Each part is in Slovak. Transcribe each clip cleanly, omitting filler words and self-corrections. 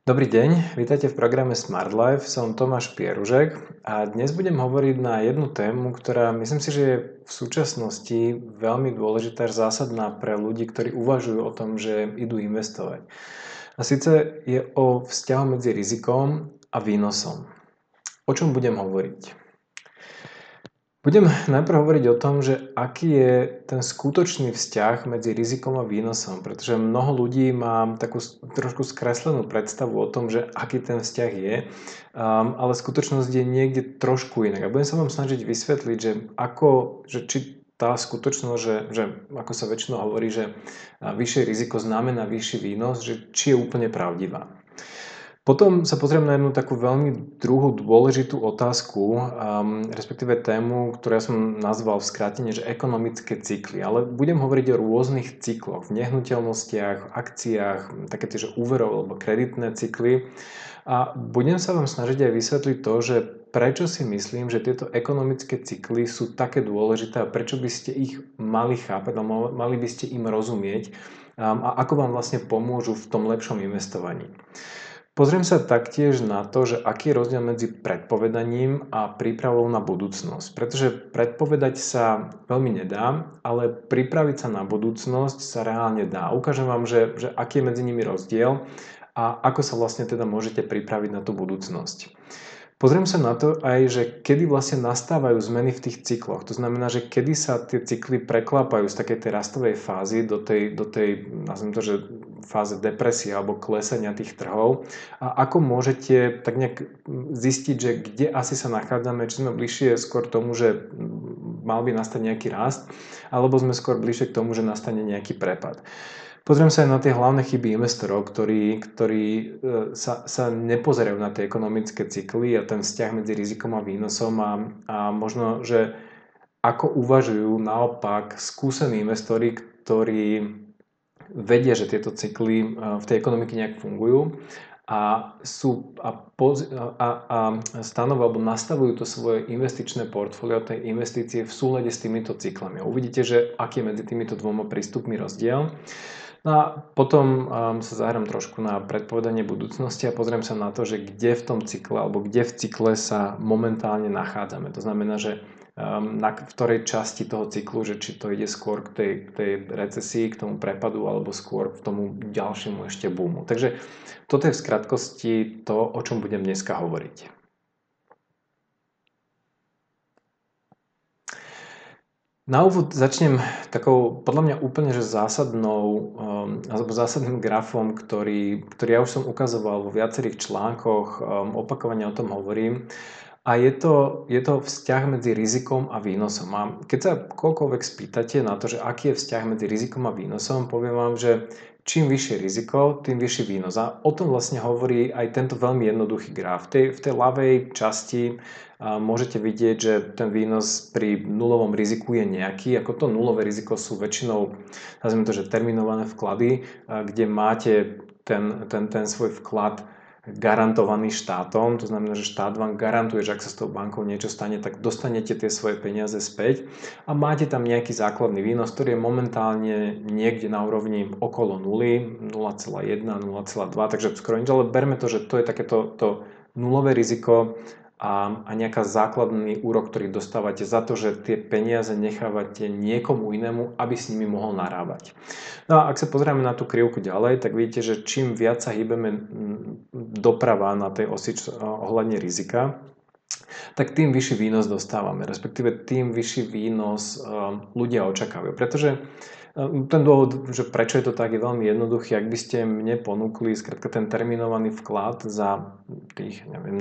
Dobrý deň, vítajte v programe Smart Life, som Tomáš Pieružek a dnes budem hovoriť na jednu tému, ktorá myslím si, že je v súčasnosti veľmi dôležitá, až zásadná pre ľudí, ktorí uvažujú o tom, že idú investovať. A síce je o vzťahu medzi rizikom a výnosom. O čom budem hovoriť? Budem najprv hovoriť o tom, že aký je ten skutočný vzťah medzi rizikom a výnosom, pretože mnoho ľudí má takú trošku skreslenú predstavu o tom, že aký ten vzťah je, ale skutočnosť je niekde trošku inak. A budem sa vám snažiť vysvetliť, že či tá skutočnosť, že ako sa väčšinou hovorí, že vyššie riziko znamená vyšší výnos, že či je úplne pravdivá. Potom sa pozriem na jednu takú veľmi druhú dôležitú otázku, respektíve tému, ktorú ja som nazval v skrátene, že ekonomické cykly. Ale budem hovoriť o rôznych cykloch, v nehnuteľnostiach, akciách, také tie, že úverov alebo kreditné cykly. A budem sa vám snažiť aj vysvetliť to, že prečo si myslím, že tieto ekonomické cykly sú také dôležité a prečo by ste ich mali chápať a mali by ste im rozumieť a ako vám vlastne pomôžu v tom lepšom investovaní. Pozriem sa taktiež na to, že aký je rozdiel medzi predpovedaním a prípravou na budúcnosť. Pretože predpovedať sa veľmi nedá, ale pripraviť sa na budúcnosť sa reálne dá. Ukážem vám, že aký je medzi nimi rozdiel a ako sa vlastne teda môžete pripraviť na tú budúcnosť. Pozriem sa na to aj, že kedy vlastne nastávajú zmeny v tých cykloch. To znamená, že kedy sa tie cykly preklápajú z takej tej rastovej fázy do tej nazviem to, že fáze depresie alebo klesania tých trhov a ako môžete tak nejak zistiť, že kde asi sa nachádzame, či sme bližšie skôr tomu, že mal by nastať nejaký rast, alebo sme skôr bližšie k tomu, že nastane nejaký prepad. Pozriem sa aj na tie hlavné chyby investorov, ktorí sa nepozerajú na tie ekonomické cykly a ten vzťah medzi rizikom a výnosom a možno, že ako uvažujú naopak skúsení investori, ktorí vedia, že tieto cykly v tej ekonomike nejak fungujú a stanovujú alebo nastavujú to svoje investičné portfólio, tej investície v súlade s týmito cyklami. Uvidíte, že aký je medzi týmito dvoma prístupmi rozdiel. No a potom sa zahrám trošku na predpovedanie budúcnosti a pozriem sa na to, že kde v tom cykle alebo kde v cykle sa momentálne nachádzame. To znamená, že v ktorej časti toho cyklu, že či to ide skôr k tej recesii, k tomu prepadu alebo skôr k tomu ďalšiemu ešte boomu. Takže toto je v skratkosti to, o čom budem dneska hovoriť. Na úvod začnem takou, podľa mňa úplne že zásadným grafom, ktorý ja už som ukazoval vo viacerých článkoch, opakovane o tom hovorím. A je to vzťah medzi rizikom a výnosom. A keď sa koľkoľvek spýtate na to, že aký je vzťah medzi rizikom a výnosom, poviem vám, že čím vyššie riziko, tým vyšší výnos. A o tom vlastne hovorí aj tento veľmi jednoduchý graf. V tej ľavej časti môžete vidieť, že ten výnos pri nulovom riziku je nejaký. Ako to nulové riziko sú väčšinou, nazvime to, že terminované vklady, kde máte ten svoj vklad garantovaný štátom, to znamená, že štát vám garantuje, že ak sa s tou bankou niečo stane, tak dostanete tie svoje peniaze späť a máte tam nejaký základný výnos, ktorý je momentálne niekde na úrovni okolo 0, 0,1, 0,2, takže skoro nič, ale berme to, že to je takéto to nulové riziko a nejaká základný úrok, ktorý dostávate za to, že tie peniaze nechávate niekomu inému, aby s nimi mohol narábať. No a ak sa pozrieme na tú krivku ďalej, tak vidíte, že čím viac sa hýbeme doprava na tej osi ohľadne rizika, tak tým vyšší výnos dostávame, respektíve tým vyšší výnos ľudia očakávajú. Pretože ten dôvod, že prečo je to tak, je veľmi jednoduchý. Ak by ste mne ponúkli skrátka ten terminovaný vklad za tých 0,3%,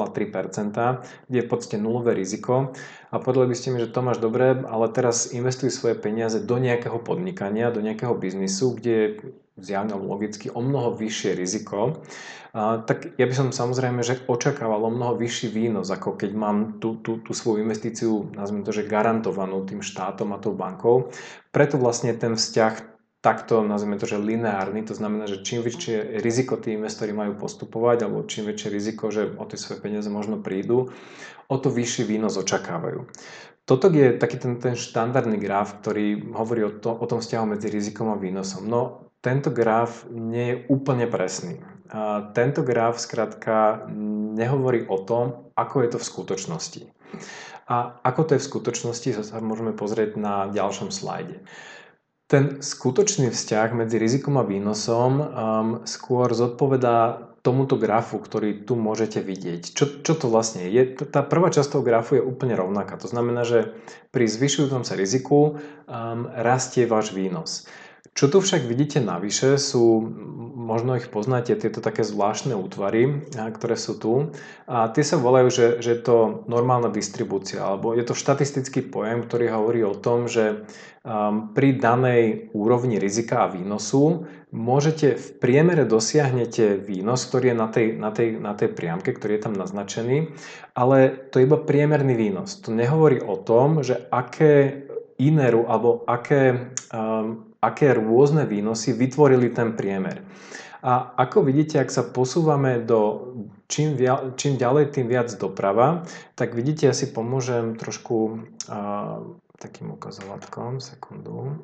kde je v podstate nulové riziko a povedali by ste mi, že Tomáš, dobre, ale teraz investuj svoje peniaze do nejakého podnikania, do nejakého biznisu, kde je zjavne logicky o mnoho vyššie riziko, tak ja by som samozrejme, že očakával o mnoho vyšší výnos, ako keď mám tú svoju investíciu, nazvime to, že garantovanú tým štátom a tou bankou. Preto vlastne ten vzťah takto, nazvime to, že lineárny, to znamená, že čím väčšie riziko tí investori majú postupovať, alebo čím väčšie riziko, že o tie svoje peniaze možno prídu, o to vyšší výnos očakávajú. Toto je taký ten štandardný graf, ktorý hovorí o tom vzťahu medzi rizikom a výnosom. No, tento graf nie je úplne presný. tento graf skrátka nehovorí o tom, ako je to v skutočnosti. A ako to je v skutočnosti, sa môžeme pozrieť na ďalšom slajde. Ten skutočný vzťah medzi rizikom a výnosom skôr zodpovedá tomuto grafu, ktorý tu môžete vidieť. Čo to vlastne je? Tá prvá časť toho grafu je úplne rovnaká. To znamená, že pri zvyšujúcom sa riziku rastie váš výnos. Čo tu však vidíte navyše sú, možno ich poznáte, tieto také zvláštne útvary, ktoré sú tu. A tie sa volajú, že je to normálna distribúcia, alebo je to štatistický pojem, ktorý hovorí o tom, že pri danej úrovni rizika a výnosu môžete v priemere dosiahnete výnos, ktorý je na tej priamke, ktorý je tam naznačený, ale to je iba priemerný výnos. To nehovorí o tom, že aké iné alebo aké rôzne výnosy vytvorili ten priemer. A ako vidíte, ak sa posúvame čím ďalej, tým viac doprava, tak vidíte, ja si pomôžem trošku takým ukazovatkom, sekundu.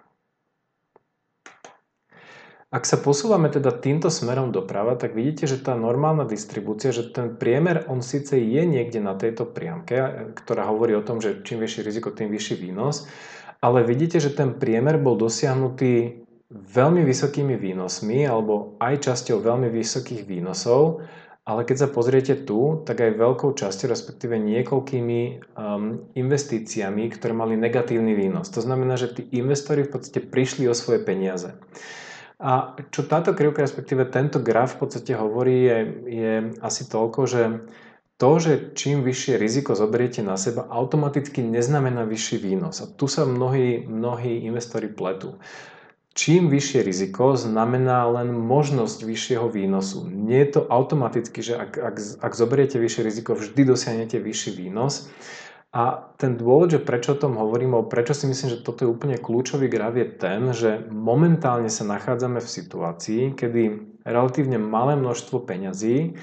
Ak sa posúvame teda týmto smerom doprava, tak vidíte, že tá normálna distribúcia, že ten priemer, on síce je niekde na tejto priamke, ktorá hovorí o tom, že čím vyššie riziko, tým vyšší výnos, ale vidíte, že ten priemer bol dosiahnutý veľmi vysokými výnosmi alebo aj časťou veľmi vysokých výnosov, ale keď sa pozriete tu, tak aj veľkou časťou, respektíve niekoľkými investíciami, ktoré mali negatívny výnos. To znamená, že tí investori v podstate prišli o svoje peniaze. A čo táto krivka, respektíve tento graf v podstate hovorí, je asi toľko, že to, že čím vyššie riziko zoberiete na seba, automaticky neznamená vyšší výnos. A tu sa mnohí investori pletú. Čím vyššie riziko znamená len možnosť vyššieho výnosu. Nie je to automaticky, že ak zoberiete vyššie riziko, vždy dosiahnete vyšší výnos. A ten dôvod, že prečo o tom hovorím, alebo prečo si myslím, že toto je úplne kľúčový graf, je ten, že momentálne sa nachádzame v situácii, kedy relatívne malé množstvo peňazí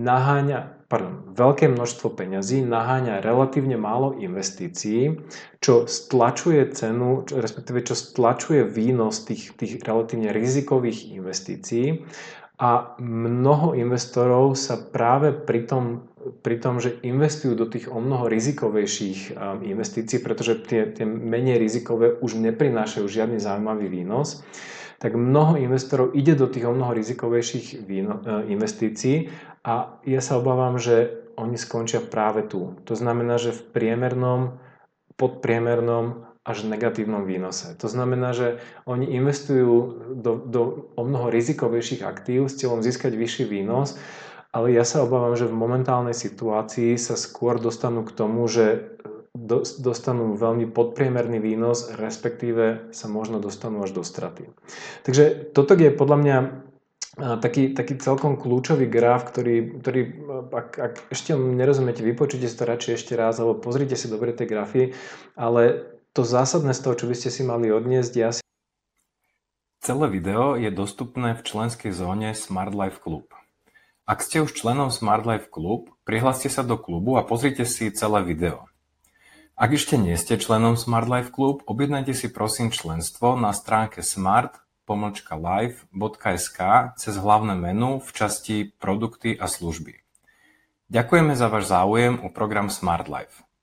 veľké množstvo peňazí naháňa relatívne málo investícií, čo stlačuje cenu, respektíve čo stlačuje výnos tých relatívne rizikových investícií. A mnoho investorov sa práve pri tom, že investujú do tých omnoho rizikovejších investícií, pretože tie menej rizikové už neprinášajú žiadny zaujímavý výnos, tak mnoho investorov ide do tých omnoho rizikovejších investícií a ja sa obávam, že oni skončia práve tu. To znamená, že v priemernom, podpriemernom až negatívnom výnose. To znamená, že oni investujú do omnoho rizikovejších aktív s cieľom získať vyšší výnos, ale ja sa obávam, že v momentálnej situácii sa skôr dostanú k tomu, že dostanú veľmi podpriemerný výnos, respektíve sa možno dostanú až do straty. Takže toto je podľa mňa taký celkom kľúčový graf, ktorý ak ešte nerozumiete, vypočujte si to radšej ešte raz, alebo pozrite si dobre tie grafy, ale to zásadné z toho, čo by ste si mali odniesť, je asi... Celé video je dostupné v členskej zóne Smart Life Club. Ak ste už členom Smart Life Club, prihláste sa do klubu a pozrite si celé video. Ak ešte nie ste členom Smart Life Club, objednajte si prosím členstvo na stránke smart-life.sk cez hlavné menu v časti Produkty a služby. Ďakujeme za váš záujem o program Smart Life.